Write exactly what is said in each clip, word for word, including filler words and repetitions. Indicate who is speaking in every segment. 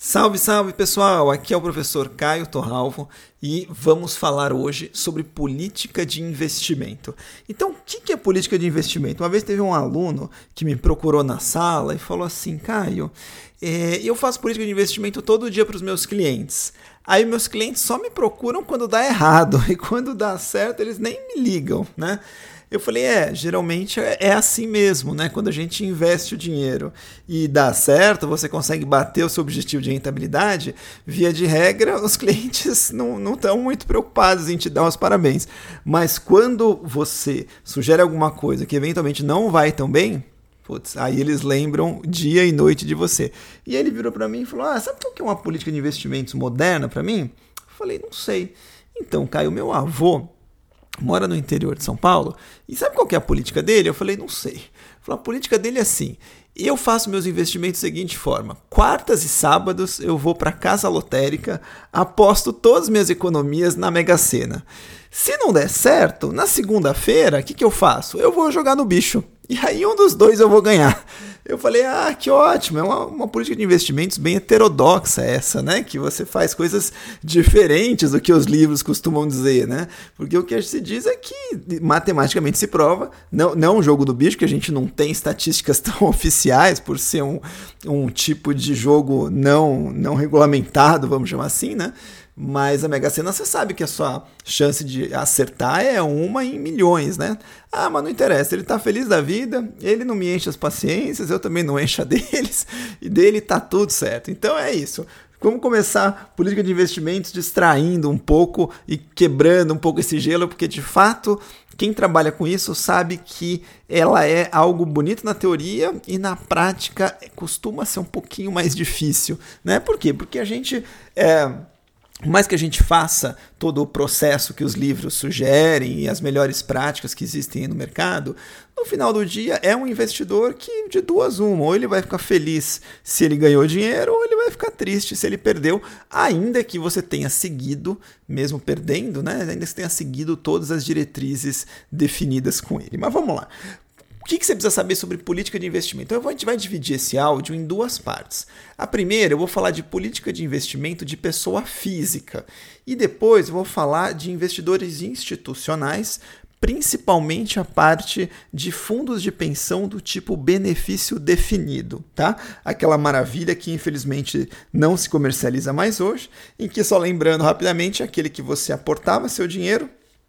Speaker 1: Salve, salve pessoal! Aqui é o professor Caio Torralvo e vamos falar hoje sobre política de investimento. Então, o que é política de investimento? Uma vez teve um aluno que me procurou na sala e falou assim: Caio, é, eu faço política de investimento todo dia para os meus clientes. Aí meus clientes só me procuram quando dá errado e quando dá certo eles nem me ligam, né? Eu falei, é, geralmente é assim mesmo, né? Quando a gente investe o dinheiro e dá certo, você consegue bater o seu objetivo de rentabilidade, via de regra, os clientes não estão muito preocupados em te dar os parabéns. Mas quando você sugere alguma coisa que eventualmente não vai tão bem, putz, aí eles lembram dia e noite de você. E ele virou para mim e falou, ah, sabe o que é uma política de investimentos moderna para mim? Eu falei, não sei. Então, Caio, meu avô mora no interior de São Paulo, e sabe qual que é a política dele? Eu falei, não sei. Ele falou, a política dele é assim, eu faço meus investimentos da seguinte forma, quartas e sábados eu vou para casa lotérica, aposto todas as minhas economias na Mega Sena. Se não der certo, na segunda-feira, o que, que eu faço? Eu vou jogar no bicho, e aí um dos dois eu vou ganhar. Eu falei, ah, que ótimo, é uma, uma política de investimentos bem heterodoxa essa, né? Que você faz coisas diferentes do que os livros costumam dizer, né? Porque o que se diz é que matematicamente se prova, não, não um jogo do bicho, que a gente não tem estatísticas tão oficiais por ser um, um tipo de jogo não, não regulamentado, vamos chamar assim, né? Mas a Mega Sena, você sabe que a sua chance de acertar é uma em milhões, né? Ah, mas não interessa, ele tá feliz da vida, ele não me enche as paciências, eu também não encho a deles, e dele tá tudo certo. Então é isso. Vamos começar política de investimentos distraindo um pouco e quebrando um pouco esse gelo, porque de fato quem trabalha com isso sabe que ela é algo bonito na teoria e na prática costuma ser um pouquinho mais difícil, né? Por quê? Porque a gente... É, Por mais que a gente faça todo o processo que os livros sugerem e as melhores práticas que existem no mercado, no final do dia é um investidor que de duas uma, ou ele vai ficar feliz se ele ganhou dinheiro, ou ele vai ficar triste se ele perdeu, ainda que você tenha seguido, mesmo perdendo, né? Ainda que você tenha seguido todas as diretrizes definidas com ele. Mas vamos lá. O que você precisa saber sobre política de investimento? Então, a gente vai dividir esse áudio em duas partes. A primeira, eu vou falar de política de investimento de pessoa física. E depois, eu vou falar de investidores institucionais, principalmente a parte de fundos de pensão do tipo benefício definido, tá? Aquela maravilha que, infelizmente, não se comercializa mais hoje, em que, só lembrando rapidamente, aquele que você aportava seu dinheiro,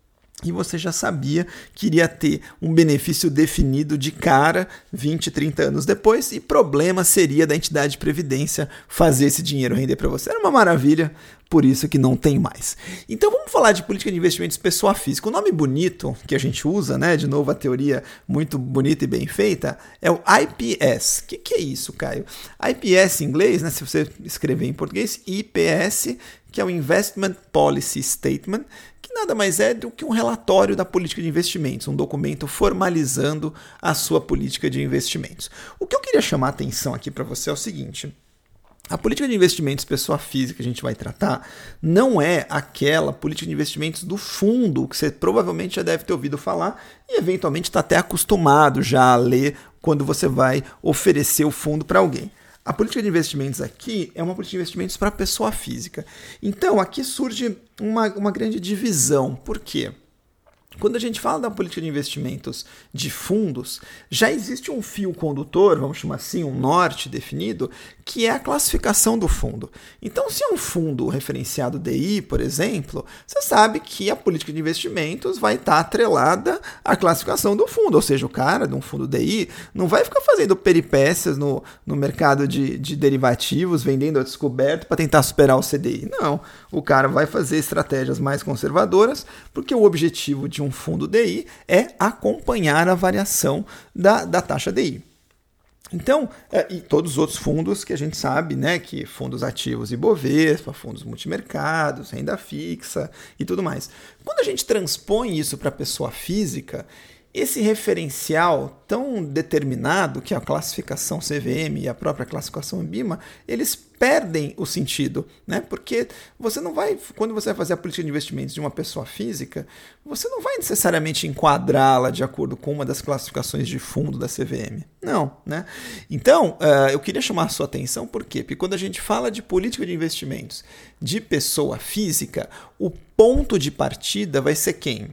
Speaker 1: e você já sabia que iria ter um benefício definido de cara vinte, trinta anos depois, e problema seria da entidade de previdência fazer esse dinheiro render para você. Era uma maravilha, por isso que não tem mais. Então vamos falar de política de investimentos pessoa física. O nome bonito que a gente usa, né, de novo a teoria muito bonita e bem feita, é o I P S. O que, que é isso, Caio? I P S em inglês, né, se você escrever em português, I P S, que é o Investment Policy Statement, que nada mais é do que um relatório da política de investimentos, um documento formalizando a sua política de investimentos. O que eu queria chamar a atenção aqui para você é o seguinte: a política de investimentos pessoa física que a gente vai tratar não é aquela política de investimentos do fundo que você provavelmente já deve ter ouvido falar e eventualmente está até acostumado já a ler quando você vai oferecer o fundo para alguém. A política de investimentos aqui é uma política de investimentos para pessoa física. Então, aqui surge uma, uma grande divisão. Por quê? Quando a gente fala da política de investimentos de fundos, já existe um fio condutor, vamos chamar assim, um norte definido, que é a classificação do fundo. Então, se é um fundo referenciado D I, por exemplo, você sabe que a política de investimentos vai estar atrelada à classificação do fundo. Ou seja, o cara de um fundo D I não vai ficar fazendo peripécias no, no mercado de, de derivativos, vendendo a descoberto para tentar superar o C D I. Não, o cara vai fazer estratégias mais conservadoras, porque o objetivo de um fundo D I é acompanhar a variação da, da taxa D I. Então, é, e todos os outros fundos que a gente sabe, né, que fundos ativos Ibovespa, fundos multimercados, renda fixa e tudo mais. Quando a gente transpõe isso para a pessoa física, esse referencial tão determinado, que é a classificação C V M e a própria classificação ANBIMA, eles perdem o sentido, né? Porque você não vai, quando você vai fazer a política de investimentos de uma pessoa física, você não vai necessariamente enquadrá-la de acordo com uma das classificações de fundo da C V M. Não, né? Então, uh, eu queria chamar a sua atenção, por quê? Porque quando a gente fala de política de investimentos de pessoa física, o ponto de partida vai ser quem?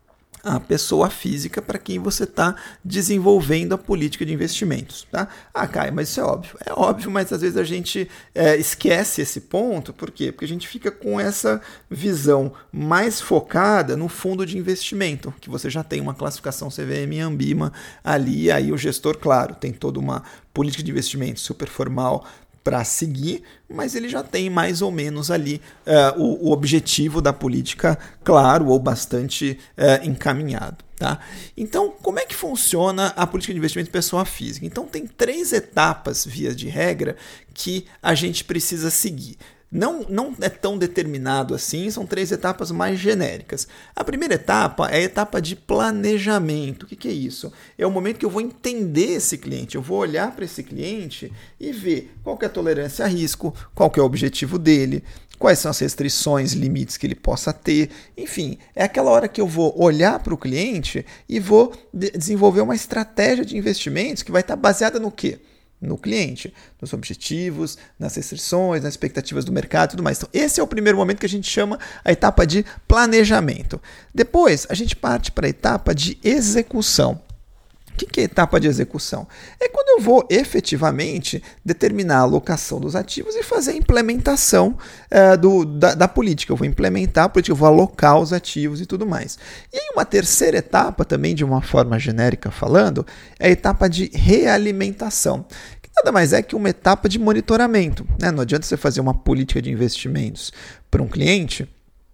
Speaker 1: A pessoa física para quem você está desenvolvendo a política de investimentos. Tá? Ah, Caio, mas isso é óbvio. É óbvio, mas às vezes a gente é, esquece esse ponto. Por quê? Porque a gente fica com essa visão mais focada no fundo de investimento, que você já tem uma classificação C V M e ANBIMA ali, aí o gestor, claro, tem toda uma política de investimento super formal para seguir, mas ele já tem mais ou menos ali uh, o, o objetivo da política claro ou bastante uh, encaminhado. Tá? Então, como é que funciona a política de investimento de pessoa física? Então, tem três etapas, via de regra, que a gente precisa seguir. Não, não é tão determinado assim, são três etapas mais genéricas. A primeira etapa é a etapa de planejamento. O que, que é isso? É o momento que eu vou entender esse cliente, eu vou olhar para esse cliente e ver qual que é a tolerância a risco, qual que é o objetivo dele, quais são as restrições, limites que ele possa ter. Enfim, é aquela hora que eu vou olhar para o cliente e vou de- desenvolver uma estratégia de investimentos que vai estar baseada no quê? No cliente, nos objetivos, nas restrições, nas expectativas do mercado e tudo mais. Então, esse é o primeiro momento que a gente chama a etapa de planejamento. Depois, a gente parte para a etapa de execução. O que é a etapa de execução? É quando eu vou efetivamente determinar a alocação dos ativos e fazer a implementação uh, do, da, da política. Eu vou implementar a política, eu vou alocar os ativos e tudo mais. E aí uma terceira etapa, também de uma forma genérica falando, é a etapa de realimentação. Que nada mais é que uma etapa de monitoramento. Né? Não adianta você fazer uma política de investimentos para um cliente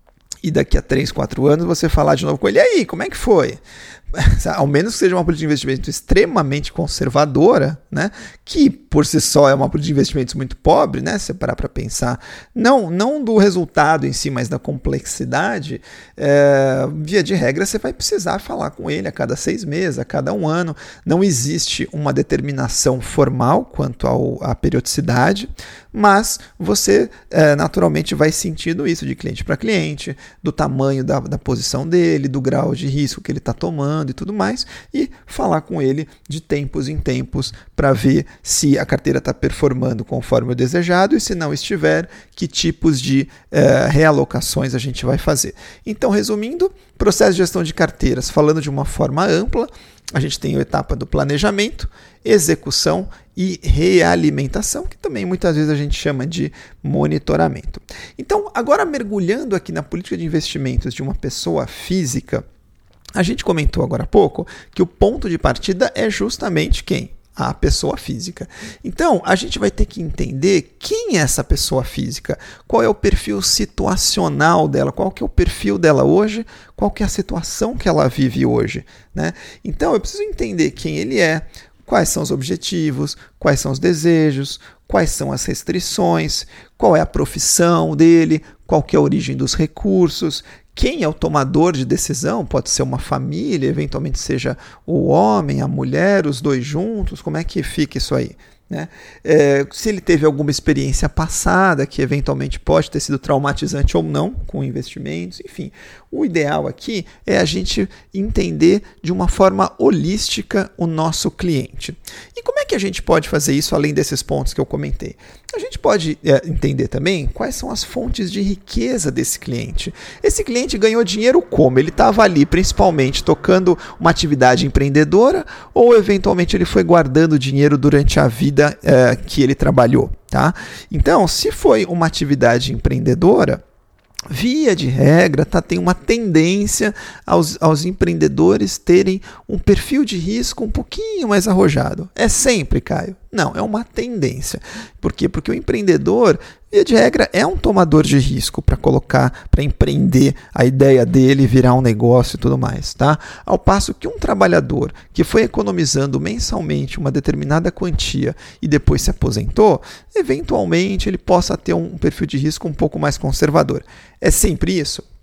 Speaker 1: e daqui a três, quatro anos você falar de novo com ele, e aí, como é que foi? Ao menos que seja uma política de investimento extremamente conservadora, né? Que por si só é uma política de investimentos muito pobre, né? Se você parar para pensar, não, não do resultado em si, mas da complexidade, é, via de regra você vai precisar falar com ele a cada seis meses, a cada um ano. Não existe uma determinação formal quanto ao, à periodicidade, mas você é, naturalmente vai sentindo isso de cliente para cliente, do tamanho da, da posição dele, do grau de risco que ele está tomando e tudo mais, e falar com ele de tempos em tempos para ver se a carteira está performando conforme o desejado e se não estiver, que tipos de uh, realocações a gente vai fazer. Então, resumindo, processo de gestão de carteiras, falando de uma forma ampla, a gente tem a etapa do planejamento, execução e realimentação, que também muitas vezes a gente chama de monitoramento. Então, agora mergulhando aqui na política de investimentos de uma pessoa física, a gente comentou agora há pouco que o ponto de partida é justamente quem? A pessoa física. Então, a gente vai ter que entender quem é essa pessoa física, qual é o perfil situacional dela, qual que é o perfil dela hoje, qual que é a situação que ela vive hoje, né? Então, eu preciso entender quem ele é, quais são os objetivos, quais são os desejos, quais são as restrições, qual é a profissão dele, qual que é a origem dos recursos, quem é o tomador de decisão, pode ser uma família, eventualmente seja o homem, a mulher, os dois juntos, como é que fica isso aí? Né? É, se ele teve alguma experiência passada que eventualmente pode ter sido traumatizante ou não com investimentos, enfim, o ideal aqui é a gente entender de uma forma holística o nosso cliente. E como é que a gente pode fazer isso além desses pontos que eu comentei? A gente pode é, entender também quais são as fontes de riqueza desse cliente. Esse cliente ganhou dinheiro como? Ele estava ali principalmente tocando uma atividade empreendedora ou eventualmente ele foi guardando dinheiro durante a vida é, que ele trabalhou, tá? Então, se foi uma atividade empreendedora, via de regra, tá, tem uma tendência aos, aos empreendedores terem um perfil de risco um pouquinho mais arrojado. É sempre, Caio? Não, é uma tendência. Por quê? Porque o empreendedor, via de regra, é um tomador de risco para colocar, para empreender a ideia dele, virar um negócio e tudo mais, tá? Ao passo que um trabalhador que foi economizando mensalmente uma determinada quantia e depois se aposentou, eventualmente ele possa ter um perfil de risco um pouco mais conservador. É sempre isso?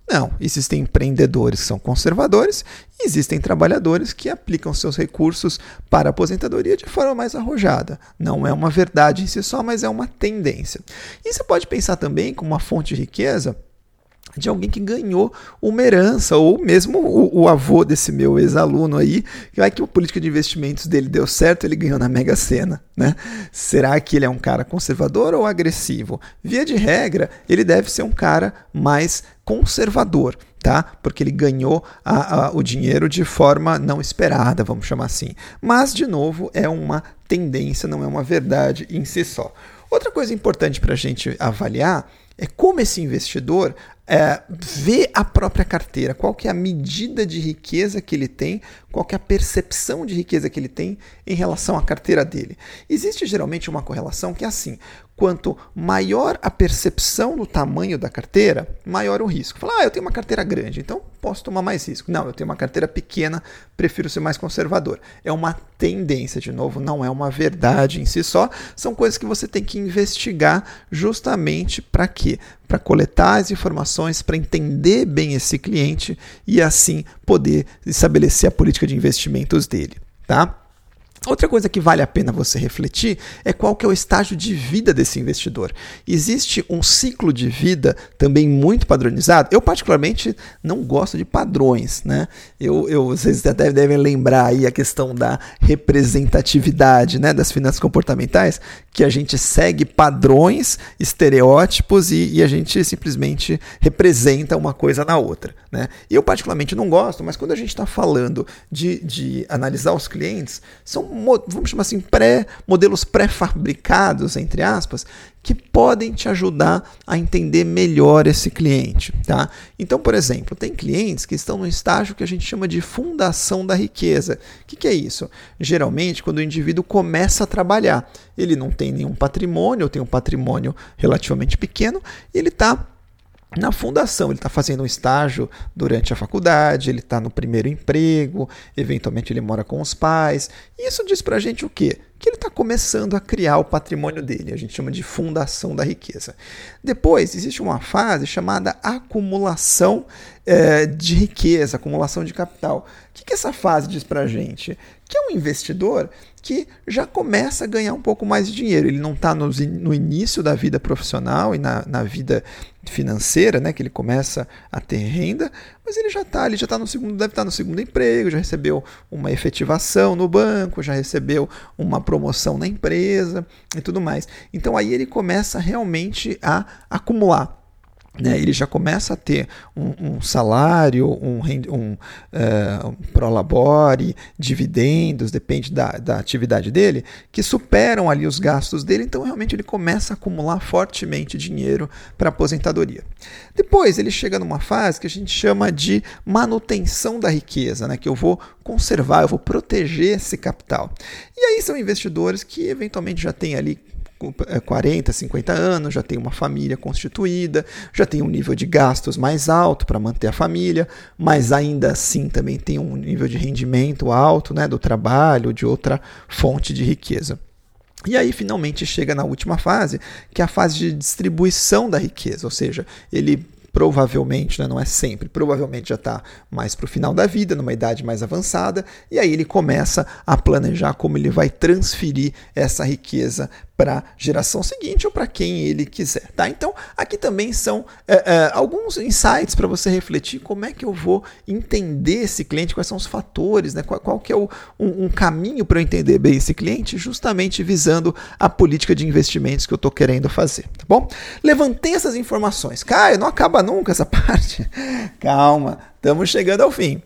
Speaker 1: Não, existem empreendedores que são conservadores e existem trabalhadores que aplicam seus recursos para a aposentadoria de forma mais arrojada. Não é uma verdade em si só, mas é uma tendência. E você pode pensar também como uma fonte de riqueza de alguém que ganhou uma herança, ou mesmo o, o avô desse meu ex-aluno aí, que vai que a política de investimentos dele deu certo, ele ganhou na Mega Sena, né? Será que ele é um cara conservador ou agressivo? Via de regra, ele deve ser um cara mais conservador, tá? Porque ele ganhou a, a, o dinheiro de forma não esperada, vamos chamar assim. Mas, de novo, é uma tendência, não é uma verdade em si só. Outra coisa importante para a gente avaliar é como esse investidor é, vê a própria carteira, qual que é a medida de riqueza que ele tem, qual que é a percepção de riqueza que ele tem em relação à carteira dele. Existe geralmente uma correlação que é assim, quanto maior a percepção do tamanho da carteira, maior o risco. Fala, ah, eu tenho uma carteira grande, então posso tomar mais risco. Não, eu tenho uma carteira pequena, prefiro ser mais conservador. É uma tendência, de novo, não é uma verdade em si só, são coisas que você tem que investigar justamente para quê? Para coletar as informações, para entender bem esse cliente e assim poder estabelecer a política de investimentos dele, tá? Outra coisa que vale a pena você refletir é qual que é o estágio de vida desse investidor. Existe um ciclo de vida também muito padronizado. Eu particularmente não gosto de padrões, né? Eu, eu, vocês até devem lembrar aí a questão da representatividade, né, das finanças comportamentais, que a gente segue padrões, estereótipos e, e a gente simplesmente representa uma coisa na outra, né? Eu particularmente não gosto, mas quando a gente está falando de, de analisar os clientes, são, vamos chamar assim, pré, modelos pré-fabricados, entre aspas, que podem te ajudar a entender melhor esse cliente, tá? Então, por exemplo, tem clientes que estão no estágio que a gente chama de fundação da riqueza. O que, que é isso? Geralmente, quando o indivíduo começa a trabalhar, ele não tem nenhum patrimônio, ou tem um patrimônio relativamente pequeno, e ele está na fundação, ele está fazendo um estágio durante a faculdade, ele está no primeiro emprego, eventualmente ele mora com os pais. E isso diz para a gente o quê? Que ele está começando a criar o patrimônio dele. A gente chama de fundação da riqueza. Depois, existe uma fase chamada acumulação é, de riqueza, acumulação de capital. O que, que essa fase diz para a gente? Que é um investidor que já começa a ganhar um pouco mais de dinheiro. Ele não está no, no início da vida profissional e na, na vida financeira, né, que ele começa a ter renda, mas ele já está, ele já está no segundo, deve estar no segundo emprego, já recebeu uma efetivação no banco, já recebeu uma promoção na empresa e tudo mais. Então aí ele começa realmente a acumular. Né, ele já começa a ter um, um salário, um, um, uh, um prolabore, dividendos, depende da, da atividade dele, que superam ali os gastos dele, então realmente ele começa a acumular fortemente dinheiro para a aposentadoria. Depois ele chega numa fase que a gente chama de manutenção da riqueza, né, que eu vou conservar, eu vou proteger esse capital. E aí são investidores que eventualmente já têm ali quarenta, cinquenta anos, já tem uma família constituída, já tem um nível de gastos mais alto para manter a família, mas ainda assim também tem um nível de rendimento alto, né, do trabalho, de outra fonte de riqueza. E aí finalmente chega na última fase, que é a fase de distribuição da riqueza, ou seja, ele provavelmente, né, não é sempre, provavelmente já está mais para o final da vida, numa idade mais avançada, e aí ele começa a planejar como ele vai transferir essa riqueza para a geração seguinte ou para quem ele quiser. Tá? Então, aqui também são é, é, alguns insights para você refletir como é que eu vou entender esse cliente, quais são os fatores, né, qual, qual que é o, um, um caminho para eu entender bem esse cliente, justamente visando a política de investimentos que eu estou querendo fazer. Tá bom? Levantei essas informações. Caio, não acaba nunca essa parte. Calma, estamos chegando ao fim.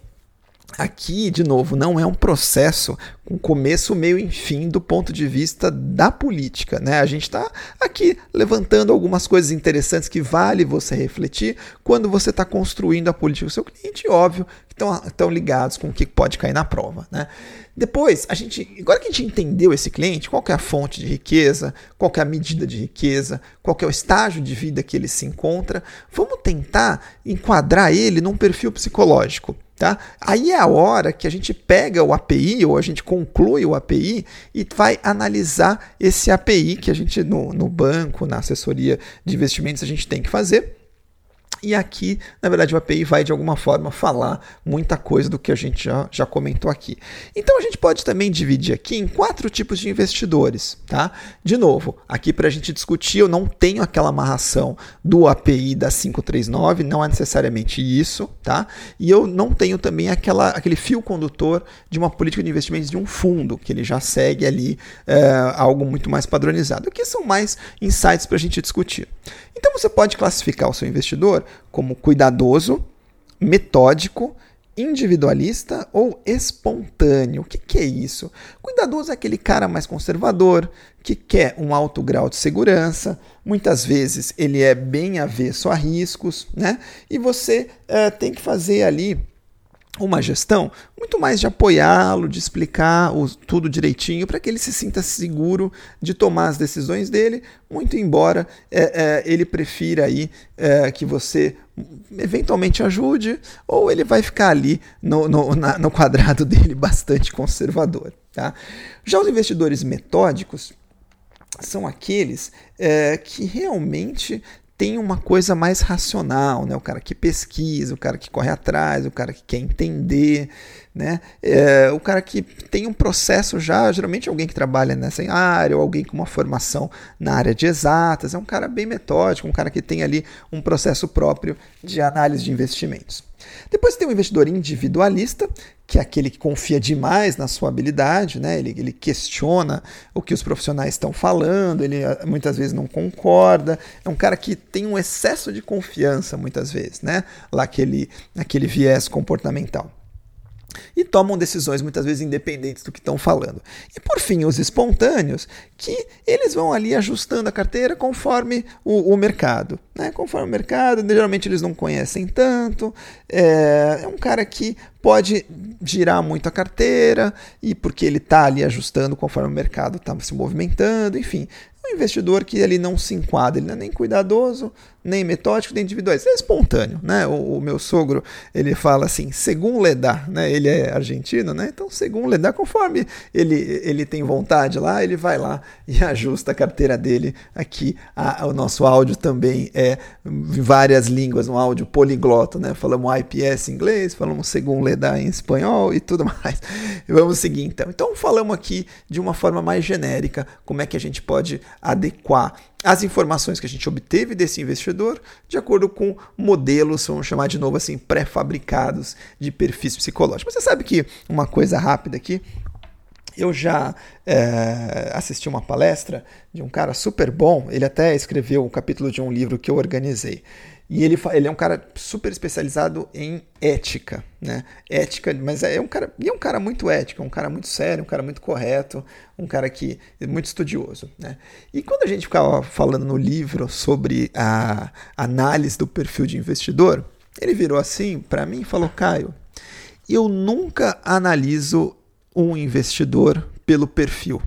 Speaker 1: Aqui, de novo, não é um processo com começo, meio e fim do ponto de vista da política, né? A gente está aqui levantando algumas coisas interessantes que vale você refletir quando você está construindo a política do seu cliente, e óbvio que estão ligados com o que pode cair na prova, né? Depois, a gente, agora que a gente entendeu esse cliente, qual que é a fonte de riqueza, qual que é a medida de riqueza, qual que é o estágio de vida que ele se encontra, vamos tentar enquadrar ele num perfil psicológico. Tá? Aí é a hora que a gente pega o A P I, ou a gente conclui o A P I e vai analisar esse A P I que a gente no, no banco, na assessoria de investimentos, a gente tem que fazer. E aqui, na verdade, o A P I vai de alguma forma falar muita coisa do que a gente já, já comentou aqui. Então a gente pode também dividir aqui em quatro tipos de investidores, tá? De novo, aqui para a gente discutir, eu não tenho aquela amarração do A P I da quinhentos e trinta e nove, não é necessariamente isso, tá? E eu não tenho também aquela, aquele fio condutor de uma política de investimentos de um fundo, que ele já segue ali é, algo muito mais padronizado. Aqui são mais insights para a gente discutir. Então você pode classificar o seu investidor como cuidadoso, metódico, individualista ou espontâneo. O que, que é isso? Cuidadoso é aquele cara mais conservador, que quer um alto grau de segurança, muitas vezes ele é bem avesso a riscos, né? E você uh, tem que fazer ali uma gestão muito mais de apoiá-lo, de explicar o, tudo direitinho para que ele se sinta seguro de tomar as decisões dele, muito embora é, é, ele prefira aí, é, que você eventualmente ajude, ou ele vai ficar ali no, no, na, no quadrado dele bastante conservador. Tá? Já os investidores metódicos são aqueles é, que realmente tem uma coisa mais racional, né? O cara que pesquisa, o cara que corre atrás, o cara que quer entender, né? É, o cara que tem um processo já, geralmente alguém que trabalha nessa área, ou alguém com uma formação na área de exatas, é um cara bem metódico, um cara que tem ali um processo próprio de análise de investimentos. Depois tem o investidor individualista, que é aquele que confia demais na sua habilidade, né? ele, ele questiona o que os profissionais estão falando, ele muitas vezes não concorda, é um cara que tem um excesso de confiança muitas vezes, né? Lá aquele, aquele viés comportamental. E tomam decisões muitas vezes independentes do que estão falando. E por fim, os espontâneos, que eles vão ali ajustando a carteira conforme o, o mercado. Né? Conforme o mercado, geralmente eles não conhecem tanto, é, é um cara que pode girar muito a carteira, e porque ele está ali ajustando conforme o mercado está se movimentando, enfim. Um investidor que ele não se enquadra, ele não é nem cuidadoso, nem metódico, nem individualista, é espontâneo, né? O, o meu sogro, ele fala assim, según le dá, né? Ele é argentino, né? Então, según le dá, conforme ele, ele tem vontade lá, ele vai lá e ajusta a carteira dele. Aqui, a, o nosso áudio também é em várias línguas, um áudio poliglota, né? Falamos I P S em inglês, falamos según le dá em espanhol e tudo mais. Vamos seguir, então. Então, falamos aqui de uma forma mais genérica, como é que a gente pode adequar as informações que a gente obteve desse investidor de acordo com modelos, vamos chamar de novo assim, pré-fabricados de perfis psicológicos. Você sabe que uma coisa rápida aqui, eu já é, assisti uma palestra de um cara super bom, ele até escreveu um capítulo de um livro que eu organizei. E ele, ele é um cara super especializado em ética, né? Ética, mas é um cara, e é um cara muito ético, um cara muito sério, um cara muito correto, um cara que é muito estudioso, né? E quando a gente ficava falando no livro sobre a análise do perfil de investidor, ele virou assim para mim e falou: Caio, eu nunca analiso um investidor pelo perfil.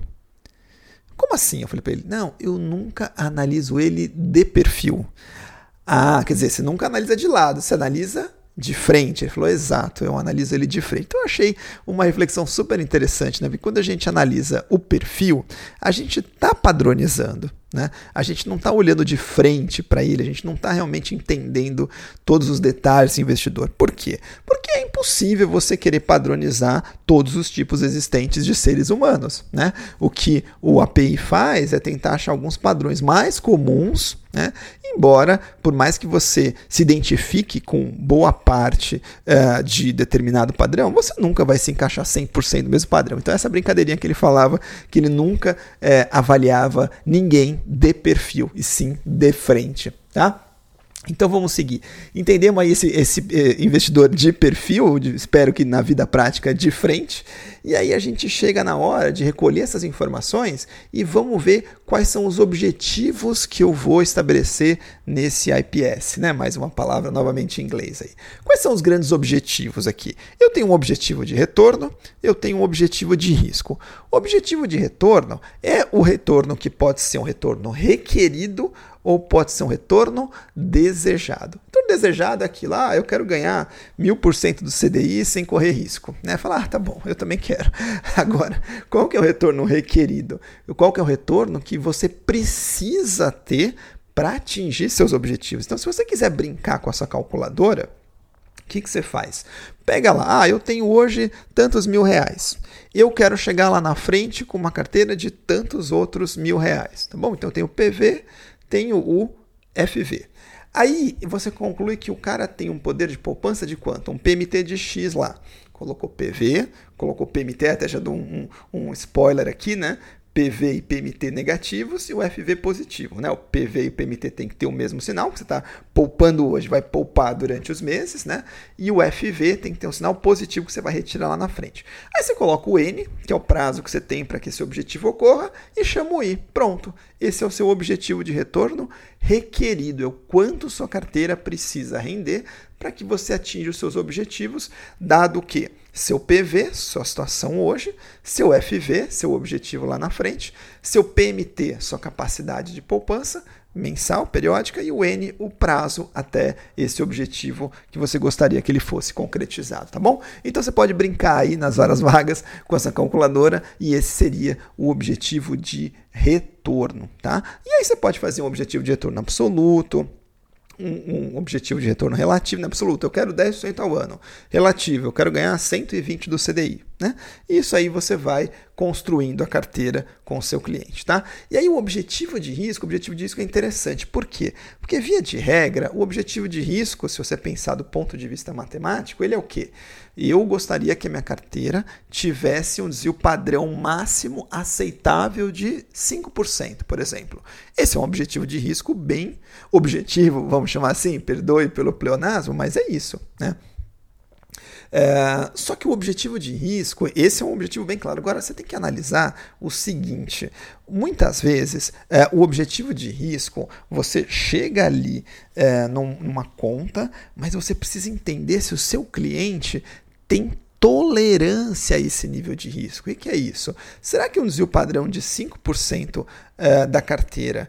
Speaker 1: Como assim? Eu falei para ele: não, eu nunca analiso ele de perfil. Ah, quer dizer, você nunca analisa de lado, você analisa de frente. Ele falou, exato, eu analiso ele de frente. Então eu achei uma reflexão super interessante, né? Porque quando a gente analisa o perfil, a gente está padronizando, né? A gente não está olhando de frente para ele, a gente não está realmente entendendo todos os detalhes desse investidor. Por quê? Porque é impossível você querer padronizar todos os tipos existentes de seres humanos, né? O que o A P I faz é tentar achar alguns padrões mais comuns, né? Embora, por mais que você se identifique com boa parte uh, de determinado padrão, você nunca vai se encaixar cem por cento no mesmo padrão. Então essa brincadeirinha que ele falava, que ele nunca uh, avaliava ninguém de perfil, e sim de frente, tá? Então vamos seguir. Entendemos aí esse, esse eh, investidor de perfil, de, espero que na vida prática de frente, e aí a gente chega na hora de recolher essas informações e vamos ver quais são os objetivos que eu vou estabelecer nesse I P S, né? Mais uma palavra novamente em inglês aí. Quais são os grandes objetivos aqui? Eu tenho um objetivo de retorno, eu tenho um objetivo de risco. O objetivo de retorno é o retorno que pode ser um retorno requerido ou pode ser um retorno desejado. Então, desejado é aquilo, ah, eu quero ganhar mil por cento do C D I sem correr risco. Né? Falar, ah, tá bom, eu também quero. Agora, qual que é o retorno requerido? Qual que é o retorno que você precisa ter para atingir seus objetivos. Então, se você quiser brincar com a sua calculadora, o que, que você faz? Pega lá, ah, eu tenho hoje tantos mil reais. Eu quero chegar lá na frente com uma carteira de tantos outros mil reais, tá bom? Então eu tenho o P V, tenho o F V. Aí você conclui que o cara tem um poder de poupança de quanto? Um P M T de X lá. Colocou P V, colocou P M T, até já dou um, um, um spoiler aqui, né? P V e P M T negativos e o F V positivo, né? O P V e o P M T tem que ter o mesmo sinal, que você está poupando hoje, vai poupar durante os meses, né? E o F V tem que ter um sinal positivo que você vai retirar lá na frente. Aí você coloca o N, que é o prazo que você tem para que esse objetivo ocorra, e chama o I. Pronto. Esse é o seu objetivo de retorno requerido, é o quanto sua carteira precisa render para que você atinja os seus objetivos, dado que seu P V, sua situação hoje, seu F V, seu objetivo lá na frente, seu P M T, sua capacidade de poupança mensal, periódica, e o N, o prazo até esse objetivo que você gostaria que ele fosse concretizado, tá bom? Então você pode brincar aí nas horas vagas com essa calculadora e esse seria o objetivo de retorno, tá? E aí você pode fazer um objetivo de retorno absoluto, Um, um objetivo de retorno relativo, né? Absoluto, eu quero dez por cento ao ano. Relativo, eu quero ganhar cento e vinte do C D I, né? Isso aí você vai construindo a carteira com o seu cliente, tá? E aí o objetivo de risco, o objetivo de risco é interessante. Por quê? Porque via de regra, o objetivo de risco, se você pensar do ponto de vista matemático, ele é o quê? Eu gostaria que a minha carteira tivesse um desvio padrão máximo aceitável de cinco por cento, por exemplo. Esse é um objetivo de risco bem objetivo, vamos chamar assim, perdoe pelo pleonasmo, mas é isso, né? É, só que o objetivo de risco, esse é um objetivo bem claro. Agora você tem que analisar o seguinte, muitas vezes é, o objetivo de risco, você chega ali é, num, numa conta, mas você precisa entender se o seu cliente tem tolerância a esse nível de risco. E o que é isso? Será que um desvio padrão de cinco por cento é, da carteira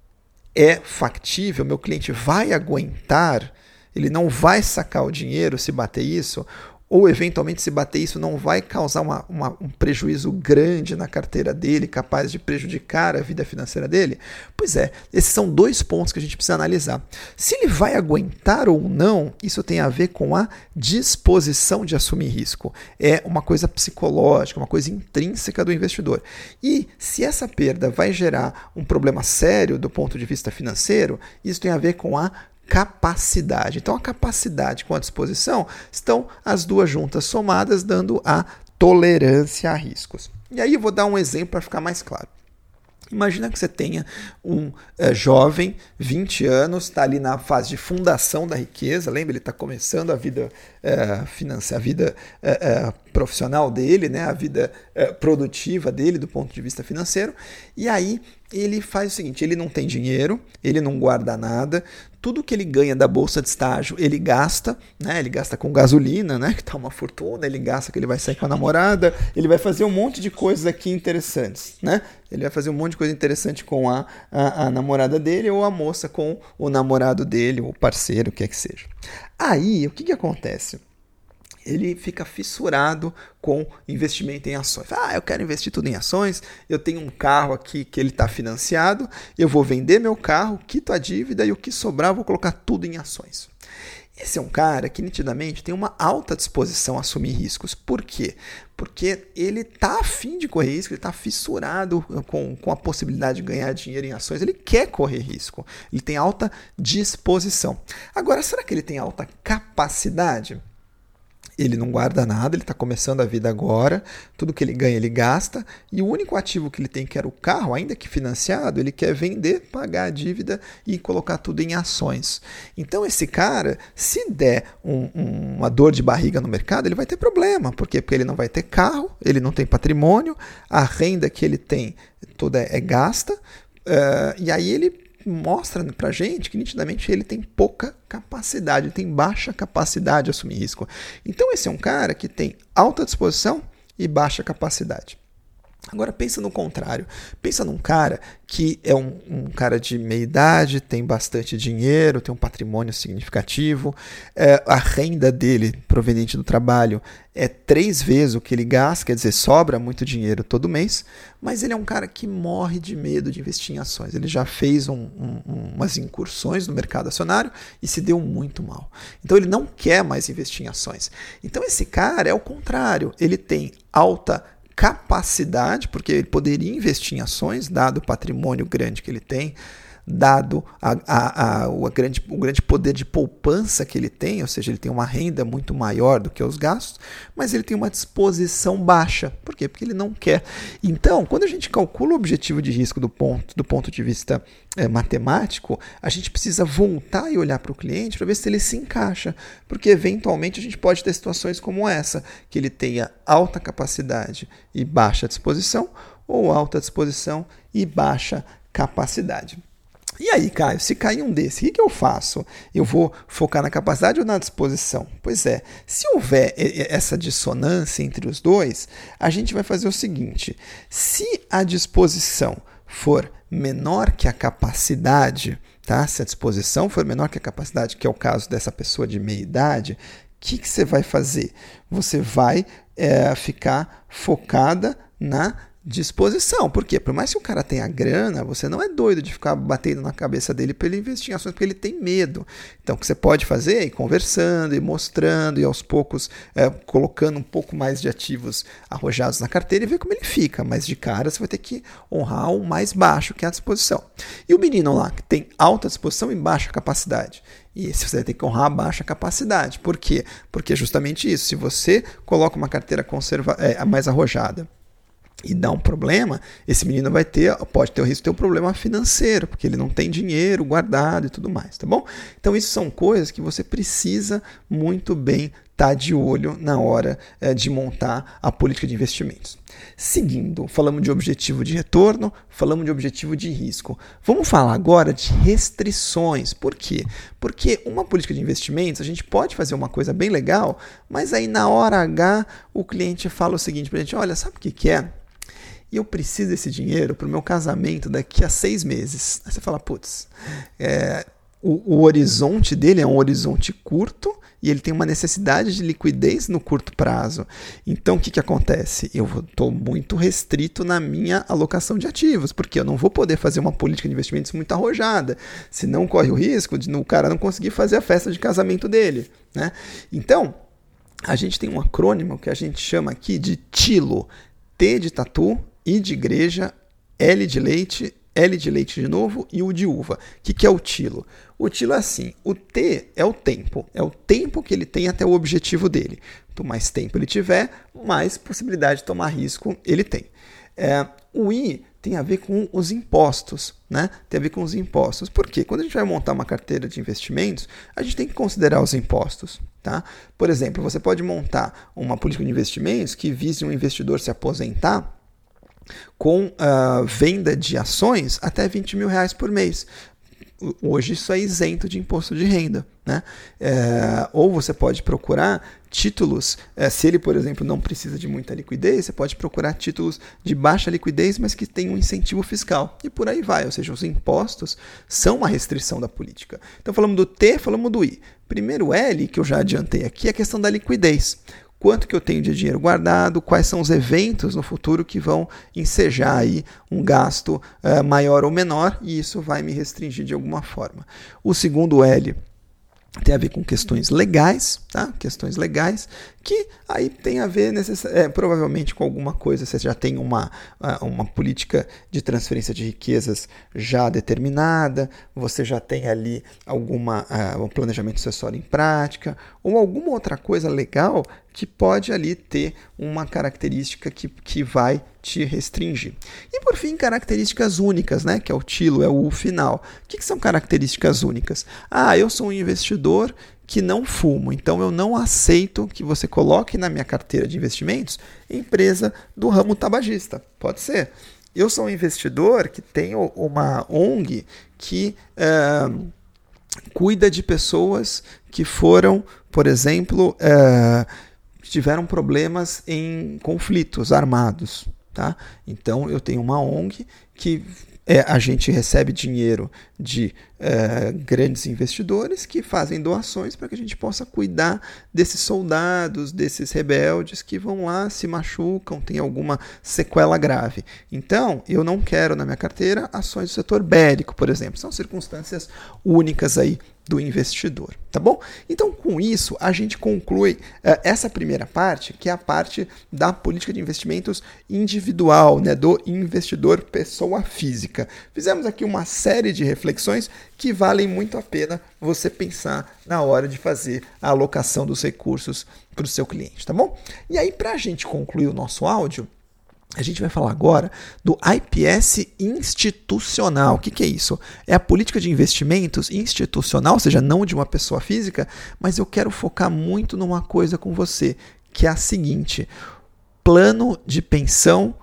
Speaker 1: é factível? Meu cliente vai aguentar? Ele não vai sacar o dinheiro se bater isso? Ou, eventualmente, se bater isso, não vai causar uma, uma, um prejuízo grande na carteira dele, capaz de prejudicar a vida financeira dele? Pois é, esses são dois pontos que a gente precisa analisar. Se ele vai aguentar ou não, isso tem a ver com a disposição de assumir risco. É uma coisa psicológica, uma coisa intrínseca do investidor. E se essa perda vai gerar um problema sério do ponto de vista financeiro, isso tem a ver com a capacidade. Então, a capacidade com a disposição estão as duas juntas somadas, dando a tolerância a riscos. E aí eu vou dar um exemplo para ficar mais claro. Imagina que você tenha um é, jovem, vinte anos, está ali na fase de fundação da riqueza, lembra? Ele está começando a vida é, financeira, a vida é, é, profissional dele, né? A vida é, produtiva dele do ponto de vista financeiro, e aí ele faz o seguinte, ele não tem dinheiro, ele não guarda nada, tudo que ele ganha da bolsa de estágio, ele gasta, né? Ele gasta com gasolina, né? Que tá uma fortuna, ele gasta que ele vai sair com a namorada, ele vai fazer um monte de coisas aqui interessantes, né? Ele vai fazer um monte de coisa interessante com a, a, a namorada dele ou a moça com o namorado dele, o parceiro, o que é que seja. Aí, o que que acontece? Ele fica fissurado com investimento em ações. Ah, eu quero investir tudo em ações, eu tenho um carro aqui que ele está financiado, eu vou vender meu carro, quito a dívida e o que sobrar eu vou colocar tudo em ações. Esse é um cara que nitidamente tem uma alta disposição a assumir riscos. Por quê? Porque ele está afim de correr risco, ele está fissurado com, com a possibilidade de ganhar dinheiro em ações, ele quer correr risco, ele tem alta disposição. Agora, será que ele tem alta capacidade? Ele não guarda nada, ele está começando a vida agora, tudo que ele ganha ele gasta, e o único ativo que ele tem, que era o carro, ainda que financiado, ele quer vender, pagar a dívida e colocar tudo em ações. Então esse cara, se der um, um, uma dor de barriga no mercado, ele vai ter problema. Por quê? Porque ele não vai ter carro, ele não tem patrimônio, a renda que ele tem toda é, é gasta, uh, e aí ele mostra pra gente que nitidamente ele tem pouca capacidade, ele tem baixa capacidade de assumir risco. Então esse é um cara que tem alta disposição e baixa capacidade. Agora pensa no contrário, pensa num cara que é um, um cara de meia idade, tem bastante dinheiro, tem um patrimônio significativo, é, a renda dele proveniente do trabalho é três vezes o que ele gasta, quer dizer, sobra muito dinheiro todo mês, mas ele é um cara que morre de medo de investir em ações. Ele já fez um, um, umas incursões no mercado acionário e se deu muito mal. Então ele não quer mais investir em ações. Então esse cara é o contrário, ele tem alta capacidade, porque ele poderia investir em ações, dado o patrimônio grande que ele tem, dado a, a, a, o, grande, o grande poder de poupança que ele tem, ou seja, ele tem uma renda muito maior do que os gastos, mas ele tem uma disposição baixa. Por quê? Porque ele não quer. Então, quando a gente calcula o objetivo de risco do ponto, do ponto de vista é, matemático, a gente precisa voltar e olhar para o cliente para ver se ele se encaixa, porque eventualmente a gente pode ter situações como essa, que ele tenha alta capacidade e baixa disposição, ou alta disposição e baixa capacidade. E aí, Caio, se cair um desse, o que, que eu faço? Eu vou focar na capacidade ou na disposição? Pois é, se houver essa dissonância entre os dois, a gente vai fazer o seguinte: se a disposição for menor que a capacidade, tá? Se a disposição for menor que a capacidade, que é o caso dessa pessoa de meia idade, o que, que você vai fazer? Você vai é, ficar focada na disposição. Por quê? Por mais que o cara tenha grana, você não é doido de ficar batendo na cabeça dele para ele investir em ações, porque ele tem medo. Então, o que você pode fazer é ir conversando, e mostrando, e aos poucos é, colocando um pouco mais de ativos arrojados na carteira e ver como ele fica. Mas de cara, você vai ter que honrar o mais baixo, que é a disposição. E o menino lá, que tem alta disposição e baixa capacidade? E esse você vai ter que honrar a baixa capacidade. Por quê? Porque é justamente isso. Se você coloca uma carteira conserva- é, mais arrojada e dá um problema, esse menino vai ter, pode ter o risco de ter um problema financeiro, porque ele não tem dinheiro guardado e tudo mais, tá bom? Então isso são coisas que você precisa muito bem estar de olho na hora é, de montar a política de investimentos. Seguindo, falamos de objetivo de retorno, falamos de objetivo de risco. Vamos falar agora de restrições. Por quê? Porque uma política de investimentos, a gente pode fazer uma coisa bem legal, mas aí na hora H o cliente fala o seguinte pra gente: olha, sabe o que que é? E eu preciso desse dinheiro para o meu casamento daqui a seis meses. Aí você fala, putz, é, o, o horizonte dele é um horizonte curto e ele tem uma necessidade de liquidez no curto prazo. Então, o que, que acontece? Eu estou muito restrito na minha alocação de ativos, porque eu não vou poder fazer uma política de investimentos muito arrojada, senão corre o risco de o cara não conseguir fazer a festa de casamento dele, né? Então, a gente tem um acrônimo que a gente chama aqui de TILO, T de tatu, I de igreja, L de leite, L de leite de novo e U de uva. O que, que é o TILO? O TILO é assim, o T é o tempo, é o tempo que ele tem até o objetivo dele. Quanto mais tempo ele tiver, mais possibilidade de tomar risco ele tem. É, o I tem a ver com os impostos, né? Tem a ver com os impostos. Por quê? Quando a gente vai montar uma carteira de investimentos, a gente tem que considerar os impostos, tá? Por exemplo, você pode montar uma política de investimentos que vise um investidor se aposentar com uh, venda de ações até vinte mil reais por mês. Hoje isso é isento de imposto de renda, né? É, ou você pode procurar títulos, é, se ele, por exemplo, não precisa de muita liquidez, você pode procurar títulos de baixa liquidez, mas que tenham um incentivo fiscal. E por aí vai, ou seja, os impostos são uma restrição da política. Então falamos do T, falamos do I. Primeiro L, que eu já adiantei aqui, é a questão da liquidez. Quanto que eu tenho de dinheiro guardado, quais são os eventos no futuro que vão ensejar aí um gasto uh, maior ou menor, e isso vai me restringir de alguma forma. O segundo L tem a ver com questões legais, tá? Questões legais, que aí tem a ver necess... é, provavelmente com alguma coisa, você já tem uma, uma política de transferência de riquezas já determinada, você já tem ali alguma, uh, um planejamento sucessório em prática, ou alguma outra coisa legal que pode ali ter uma característica que, que vai te restringir. E por fim, características únicas, né? Que é o TILO, é o final. O que, que são características únicas? Ah, eu sou um investidor que não fumo, então eu não aceito que você coloque na minha carteira de investimentos empresa do ramo tabagista. Pode ser. Eu sou um investidor que tem uma O N G que é, cuida de pessoas que foram, por exemplo, é, tiveram problemas em conflitos armados. Tá? Então, eu tenho uma O N G que é, a gente recebe dinheiro de é, grandes investidores que fazem doações para que a gente possa cuidar desses soldados, desses rebeldes que vão lá, se machucam, tem alguma sequela grave. Então, eu não quero na minha carteira ações do setor bélico, por exemplo. São circunstâncias únicas aí do investidor, tá bom? Então, com isso, a gente conclui uh, essa primeira parte, que é a parte da política de investimentos individual, né, do investidor pessoa física. Fizemos aqui uma série de reflexões que valem muito a pena você pensar na hora de fazer a alocação dos recursos para o seu cliente, tá bom? E aí, para a gente concluir o nosso áudio, a gente vai falar agora do I P S institucional. O que, que é isso? É a política de investimentos institucional, ou seja, não de uma pessoa física, mas eu quero focar muito numa coisa com você, que é a seguinte: plano de pensão,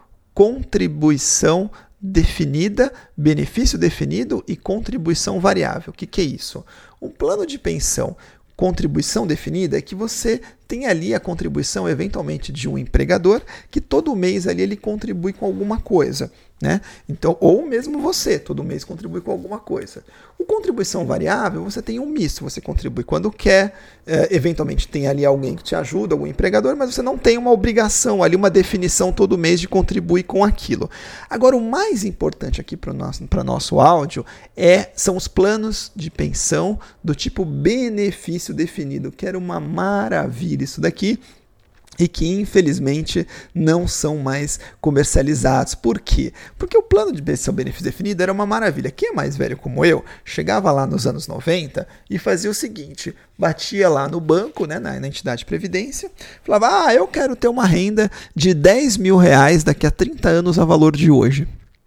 Speaker 1: contribuição definida, benefício definido e contribuição variável. O que, que é isso? Um plano de pensão, contribuição definida é que você tem ali a contribuição eventualmente de um empregador que todo mês ali ele contribui com alguma coisa, né? Então, ou mesmo você, todo mês contribui com alguma coisa. O contribuição variável, você tem um misto, você contribui quando quer, é, eventualmente tem ali alguém que te ajuda, algum empregador, mas você não tem uma obrigação ali, uma definição todo mês de contribuir com aquilo. Agora, o mais importante aqui para o nosso, para nosso áudio é, são os planos de pensão do tipo benefício definido, que era uma maravilha isso daqui, e que infelizmente não são mais comercializados. Por quê? Porque o plano de pensão benefício definido era uma maravilha. Quem é mais velho como eu, chegava lá nos anos noventa e fazia o seguinte: batia lá no banco, né, na, na entidade de previdência, falava, ah, eu quero ter uma renda de dez mil reais daqui a trinta anos a valor de hoje.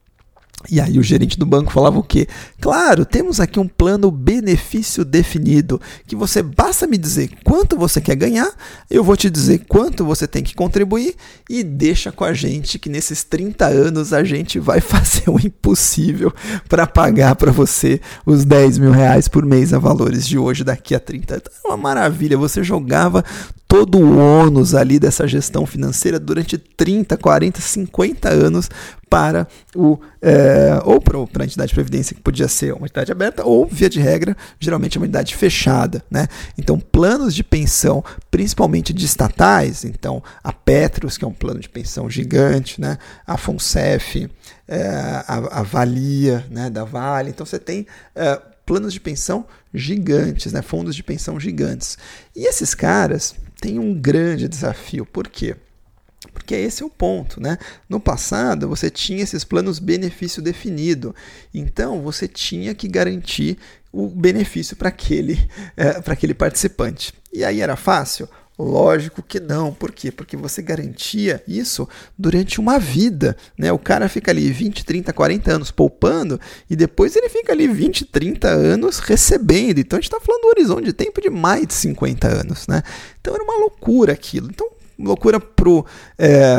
Speaker 1: E aí o gerente do banco falava o quê? Claro, temos aqui um plano benefício definido, que você basta me dizer quanto você quer ganhar, eu vou te dizer quanto você tem que contribuir e deixa com a gente que nesses trinta anos a gente vai fazer o impossível para pagar para você os dez mil reais por mês a valores de hoje daqui a trinta anos. É uma maravilha, você jogava todo o ônus ali dessa gestão financeira durante trinta, quarenta, cinquenta anos para o, é, ou para a entidade de previdência, que podia ser uma entidade aberta, ou, via de regra, geralmente uma entidade fechada, né? Então, planos de pensão, principalmente de estatais, então a Petros, que é um plano de pensão gigante, né? A Fonsef, é, a, a Valia, né? Da Vale, então você tem é, planos de pensão gigantes, né? Fundos de pensão gigantes. E esses caras têm um grande desafio. Por quê? Porque esse é o ponto, né? No passado, você tinha esses planos benefício definido. Então, você tinha que garantir o benefício para aquele, é, para aquele participante. E aí era fácil? Lógico que não. Por quê? Porque você garantia isso durante uma vida, né? O cara fica ali vinte, trinta, quarenta anos poupando e depois ele fica ali vinte, trinta anos recebendo. Então, a gente está falando do horizonte de tempo de mais de cinquenta anos, né? Então, era uma loucura aquilo. Então, loucura para é,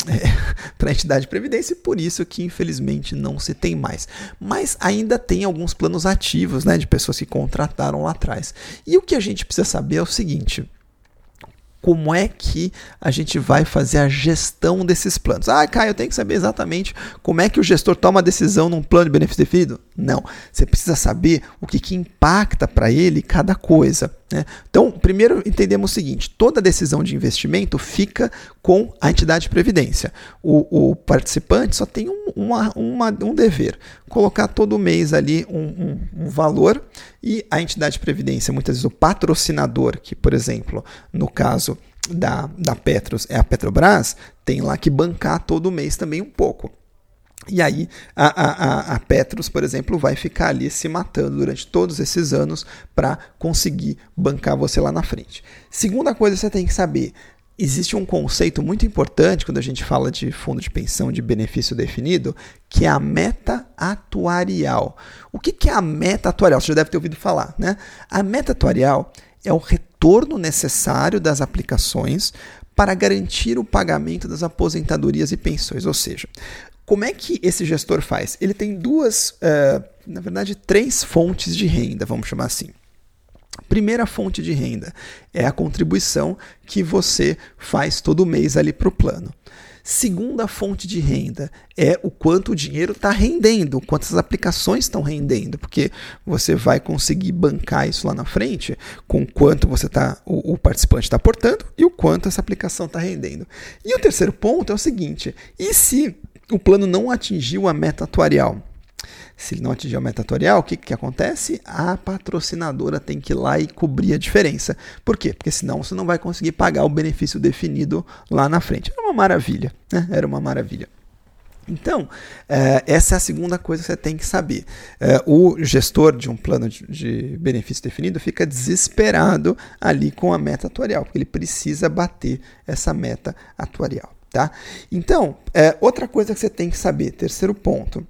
Speaker 1: a entidade de previdência, e por isso que infelizmente não se tem mais. Mas ainda tem alguns planos ativos, né, de pessoas que contrataram lá atrás. E o que a gente precisa saber é o seguinte: como é que a gente vai fazer a gestão desses planos? Ah, Caio, eu tenho que saber exatamente como é que o gestor toma a decisão num plano de benefício definido? Não, você precisa saber o que, que impacta para ele cada coisa, né? Então, primeiro entendemos o seguinte: toda decisão de investimento fica com a entidade de previdência. O, o participante só tem um, uma, uma, um dever, colocar todo mês ali um, um, um valor, e a entidade de previdência, muitas vezes o patrocinador, que, por exemplo, no caso da, da Petros é a Petrobras, tem lá que bancar todo mês também um pouco. E aí a, a, a Petros, por exemplo, vai ficar ali se matando durante todos esses anos para conseguir bancar você lá na frente. Segunda coisa que você tem que saber: existe um conceito muito importante quando a gente fala de fundo de pensão de benefício definido, que é a meta atuarial. O que, que é a meta atuarial? Você já deve ter ouvido falar, né? A meta atuarial é o retorno necessário das aplicações para garantir o pagamento das aposentadorias e pensões. Ou seja, como é que esse gestor faz? Ele tem duas, uh, na verdade, três fontes de renda, vamos chamar assim. Primeira fonte de renda é a contribuição que você faz todo mês ali para o plano. Segunda fonte de renda é o quanto o dinheiro está rendendo, quantas aplicações estão rendendo, porque você vai conseguir bancar isso lá na frente com quanto você tá, o, o participante está aportando e o quanto essa aplicação está rendendo. E o terceiro ponto é o seguinte: e se o plano não atingiu a meta atuarial? Se ele não atingir a meta atuarial, o que, que acontece? A patrocinadora tem que ir lá e cobrir a diferença. Por quê? Porque senão você não vai conseguir pagar o benefício definido lá na frente. Era uma maravilha, né? Era uma maravilha. Então, eh, essa é a segunda coisa que você tem que saber. Eh, o gestor de um plano de, de benefício definido fica desesperado ali com a meta atuarial, porque ele precisa bater essa meta atuarial. Tá? Então, eh, outra coisa que você tem que saber, terceiro ponto.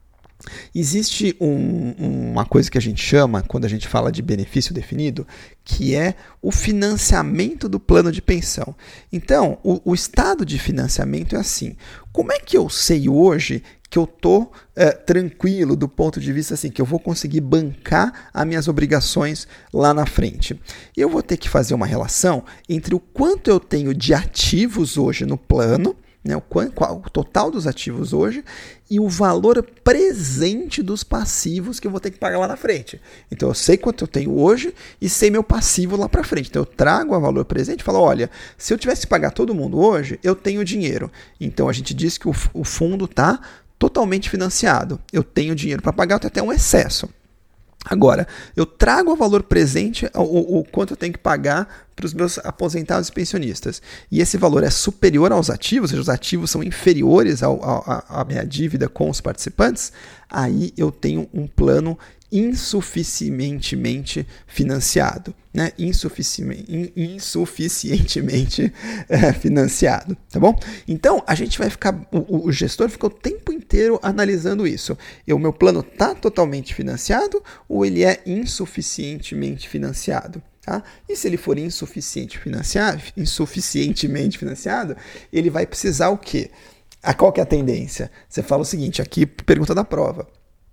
Speaker 1: Existe um, uma coisa que a gente chama, quando a gente fala de benefício definido, que é o financiamento do plano de pensão. Então, o, o estado de financiamento é assim: como é que eu sei hoje que eu estou é, tranquilo do ponto de vista assim, que eu vou conseguir bancar as minhas obrigações lá na frente? Eu vou ter que fazer uma relação entre o quanto eu tenho de ativos hoje no plano, né, o, qual, o total dos ativos hoje, e o valor presente dos passivos que eu vou ter que pagar lá na frente. Então eu sei quanto eu tenho hoje e sei meu passivo lá para frente. Então eu trago o valor presente e falo: olha, se eu tivesse que pagar todo mundo hoje, eu tenho dinheiro. Então a gente diz que o, o fundo está totalmente financiado. Eu tenho dinheiro para pagar, eu tenho até um excesso. Agora, eu trago o valor presente, o, o quanto eu tenho que pagar para os meus aposentados e pensionistas. E esse valor é superior aos ativos, ou seja, os ativos são inferiores ao, ao, à minha dívida com os participantes. Aí eu tenho um plano insuficientemente financiado, né? Insufici- insuficientemente é, financiado, tá bom? Então, a gente vai ficar, o, o gestor fica o tempo inteiro analisando isso. E o meu plano está totalmente financiado ou ele é insuficientemente financiado? Tá? E se ele for insuficiente financiado, insuficientemente financiado, ele vai precisar o quê? A qual que é a tendência? Você fala o seguinte, aqui, pergunta da prova.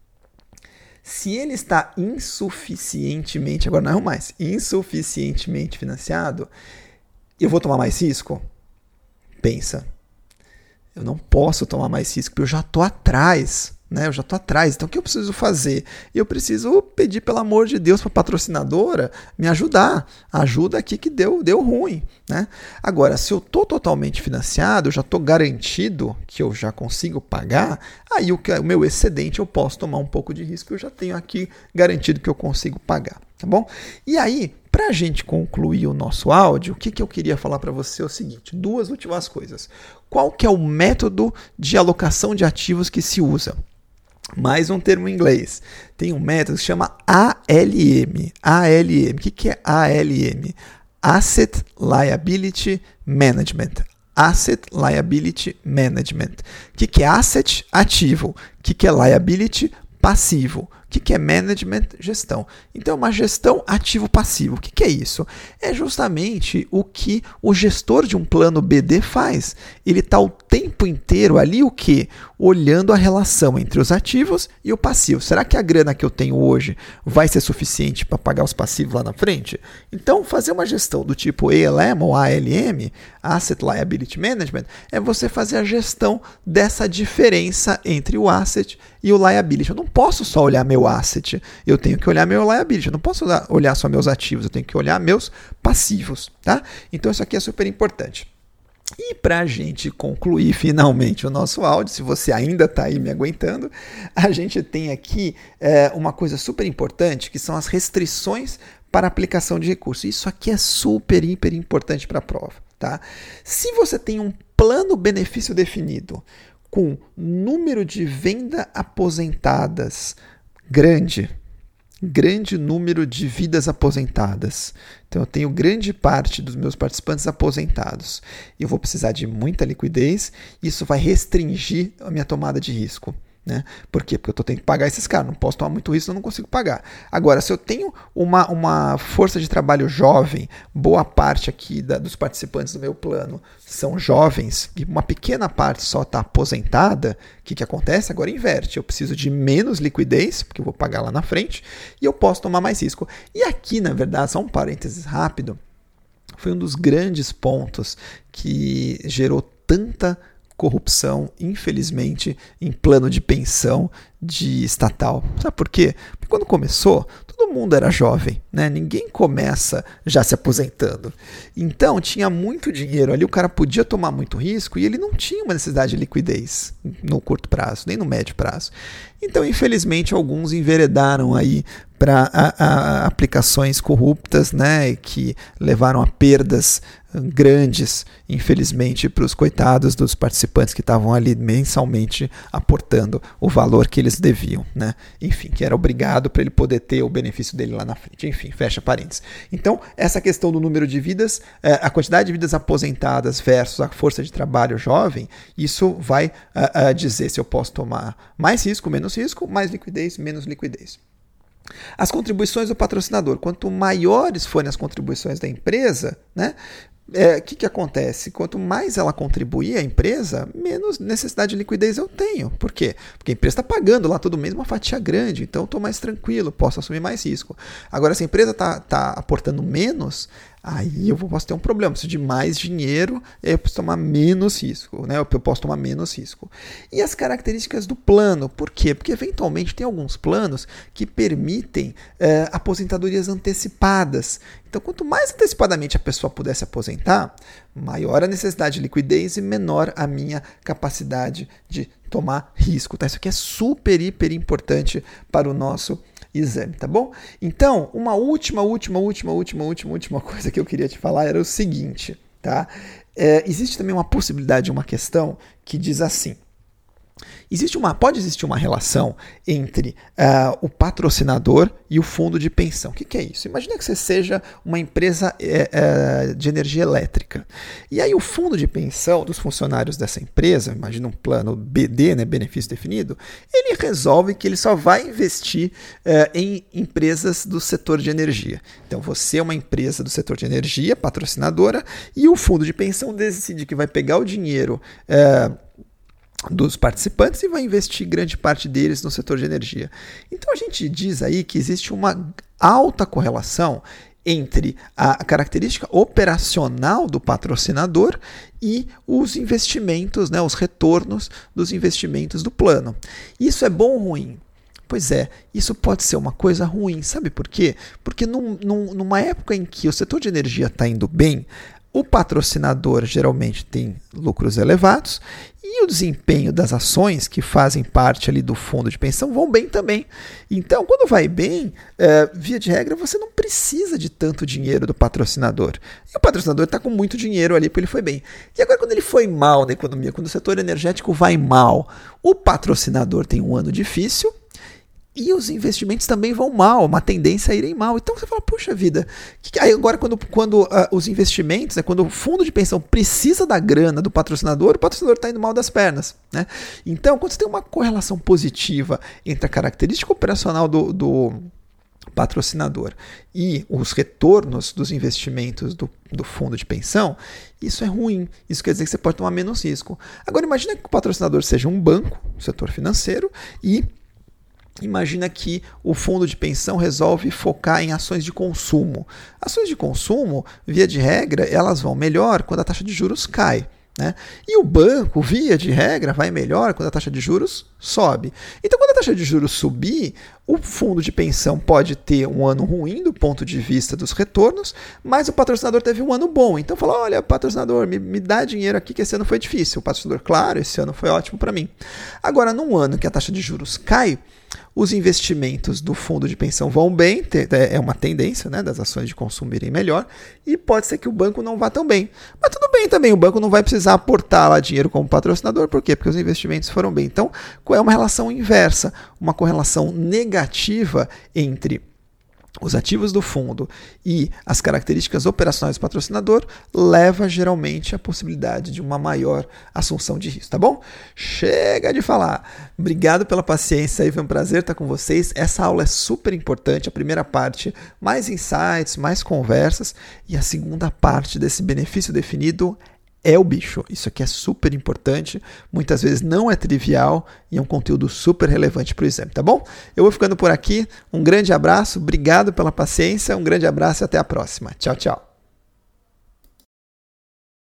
Speaker 1: Se ele está insuficientemente, agora não é mais, insuficientemente financiado, eu vou tomar mais risco? Pensa, eu não posso tomar mais risco, porque eu já estou atrás, né? Eu já estou atrás, então o que eu preciso fazer? Eu preciso pedir, pelo amor de Deus, para a patrocinadora me ajudar. Ajuda aqui que deu, deu ruim, né? Agora, se eu estou totalmente financiado, eu já estou garantido que eu já consigo pagar, aí o, que, o meu excedente eu posso tomar um pouco de risco, eu já tenho aqui garantido que eu consigo pagar, tá bom? E aí, para a gente concluir o nosso áudio, o que, que eu queria falar para você é o seguinte, duas últimas coisas. Qual que é o método de alocação de ativos que se usa? Mais um termo em inglês. Tem um método que se chama A L M. A L M. O que, que é A L M? Asset Liability Management. Asset Liability Management. O que, que é asset? Ativo. O que, que é liability? Passivo. O que, que é management? Gestão. Então, uma gestão ativo-passivo. O que, que é isso? É justamente o que o gestor de um plano B D faz. Ele está o tempo inteiro ali o quê? Olhando a relação entre os ativos e o passivo. Será que a grana que eu tenho hoje vai ser suficiente para pagar os passivos lá na frente? Então, fazer uma gestão do tipo A L M ou A L M, Asset Liability Management, é você fazer a gestão dessa diferença entre o asset e o liability. Eu não posso só olhar meu asset, eu tenho que olhar meu liability. Eu não posso olhar só meus ativos, eu tenho que olhar meus passivos, tá? Então, isso aqui é super importante. E para a gente concluir finalmente o nosso áudio, se você ainda está aí me aguentando, a gente tem aqui é, uma coisa super importante, que são as restrições para aplicação de recursos. Isso aqui é super, hiper importante para a prova. Tá? Se você tem um plano benefício definido com número de venda aposentadas grande, grande número de vidas aposentadas. Então, eu tenho grande parte dos meus participantes aposentados. Eu vou precisar de muita liquidez. Isso vai restringir a minha tomada de risco. Né? Por quê? Porque eu tô tendo que pagar esses caras. Não posso tomar muito risco, eu não consigo pagar. Agora, se eu tenho uma, uma força de trabalho jovem, boa parte aqui da, dos participantes do meu plano são jovens, e uma pequena parte só está aposentada, o que, que acontece? Agora inverte. Eu preciso de menos liquidez, porque eu vou pagar lá na frente, e eu posso tomar mais risco. E aqui, na verdade, só um parênteses rápido, foi um dos grandes pontos que gerou tanta corrupção, infelizmente, em plano de pensão de estatal. Sabe por quê? Porque quando começou, todo mundo era jovem, né? Ninguém começa já se aposentando. Então, tinha muito dinheiro ali, o cara podia tomar muito risco e ele não tinha uma necessidade de liquidez no curto prazo, nem no médio prazo. Então, infelizmente, alguns enveredaram aí para aplicações corruptas, né, que levaram a perdas grandes, infelizmente, para os coitados dos participantes que estavam ali mensalmente aportando o valor que eles deviam, né? Enfim, que era obrigado para ele poder ter o benefício dele lá na frente. Enfim, fecha parênteses. Então, essa questão do número de vidas, a quantidade de vidas aposentadas versus a força de trabalho jovem, isso vai uh, uh, dizer se eu posso tomar mais risco, menos risco, mais liquidez, menos liquidez. As contribuições do patrocinador, quanto maiores forem as contribuições da empresa, né? O é, que, que acontece? Quanto mais ela contribuir à empresa, menos necessidade de liquidez eu tenho. Por quê? Porque a empresa está pagando lá todo mês uma fatia grande, então eu estou mais tranquilo, posso assumir mais risco. Agora, se a empresa está tá aportando menos, aí eu posso ter um problema, preciso de mais dinheiro, eu preciso tomar menos risco, né? Eu posso tomar menos risco. E as características do plano, por quê? Porque eventualmente tem alguns planos que permitem é, aposentadorias antecipadas. Então, quanto mais antecipadamente a pessoa puder se aposentar, maior a necessidade de liquidez e menor a minha capacidade de tomar risco. Tá? Isso aqui é super, hiper importante para o nosso exame, tá bom? Então, uma última, última, última, última, última, última coisa que eu queria te falar era o seguinte, tá? É, existe também uma possibilidade, uma questão que diz assim: existe uma, pode existir uma relação entre uh, o patrocinador e o fundo de pensão. O que, que é isso? Imagina que você seja uma empresa é, é, de energia elétrica. E aí o fundo de pensão dos funcionários dessa empresa, imagina um plano B D, né, benefício definido, ele resolve que ele só vai investir é, em empresas do setor de energia. Então você é uma empresa do setor de energia, patrocinadora, e o fundo de pensão decide que vai pegar o dinheiro é, dos participantes e vai investir grande parte deles no setor de energia. Então a gente diz aí que existe uma alta correlação entre a característica operacional do patrocinador e os investimentos, né, os retornos dos investimentos do plano. Isso é bom ou ruim? Pois é, isso pode ser uma coisa ruim. Sabe por quê? Porque num, num, numa época em que o setor de energia está indo bem, o patrocinador geralmente tem lucros elevados e o desempenho das ações que fazem parte ali do fundo de pensão vão bem também. Então, quando vai bem, é, via de regra, você não precisa de tanto dinheiro do patrocinador. E o patrocinador está com muito dinheiro ali porque ele foi bem. E agora, quando ele foi mal na economia, quando o setor energético vai mal, o patrocinador tem um ano difícil, e os investimentos também vão mal, uma tendência a irem mal. Então você fala, puxa vida, que, aí agora quando, quando uh, os investimentos, né, quando o fundo de pensão precisa da grana do patrocinador, o patrocinador está indo mal das pernas. Né? Então, quando você tem uma correlação positiva entre a característica operacional do, do patrocinador e os retornos dos investimentos do, do fundo de pensão, isso é ruim. Isso quer dizer que você pode tomar menos risco. Agora imagina que o patrocinador seja um banco, setor financeiro, e imagina que o fundo de pensão resolve focar em ações de consumo. Ações de consumo, via de regra, elas vão melhor quando a taxa de juros cai. Né? E o banco, via de regra, vai melhor quando a taxa de juros sobe. Então, quando a taxa de juros subir, o fundo de pensão pode ter um ano ruim do ponto de vista dos retornos, mas o patrocinador teve um ano bom. Então, fala, olha, patrocinador, me, me dá dinheiro aqui que esse ano foi difícil. O patrocinador, claro, esse ano foi ótimo para mim. Agora, num ano que a taxa de juros cai, os investimentos do fundo de pensão vão bem, é uma tendência, né, das ações de consumo irem melhor, e pode ser que o banco não vá tão bem. Mas tudo bem também, o banco não vai precisar aportar lá dinheiro como patrocinador, por quê? Porque os investimentos foram bem. Então, é uma relação inversa, uma correlação negativa entre os ativos do fundo e as características operacionais do patrocinador leva geralmente à possibilidade de uma maior assunção de risco, tá bom? Chega de falar. Obrigado pela paciência aí, foi um prazer estar com vocês. Essa aula é super importante, a primeira parte, mais insights, mais conversas, e a segunda parte desse benefício definido é o bicho. Isso aqui é super importante, muitas vezes não é trivial e é um conteúdo super relevante para o exame, tá bom? Eu vou ficando por aqui, um grande abraço, obrigado pela paciência, um grande abraço e até a próxima. Tchau, tchau.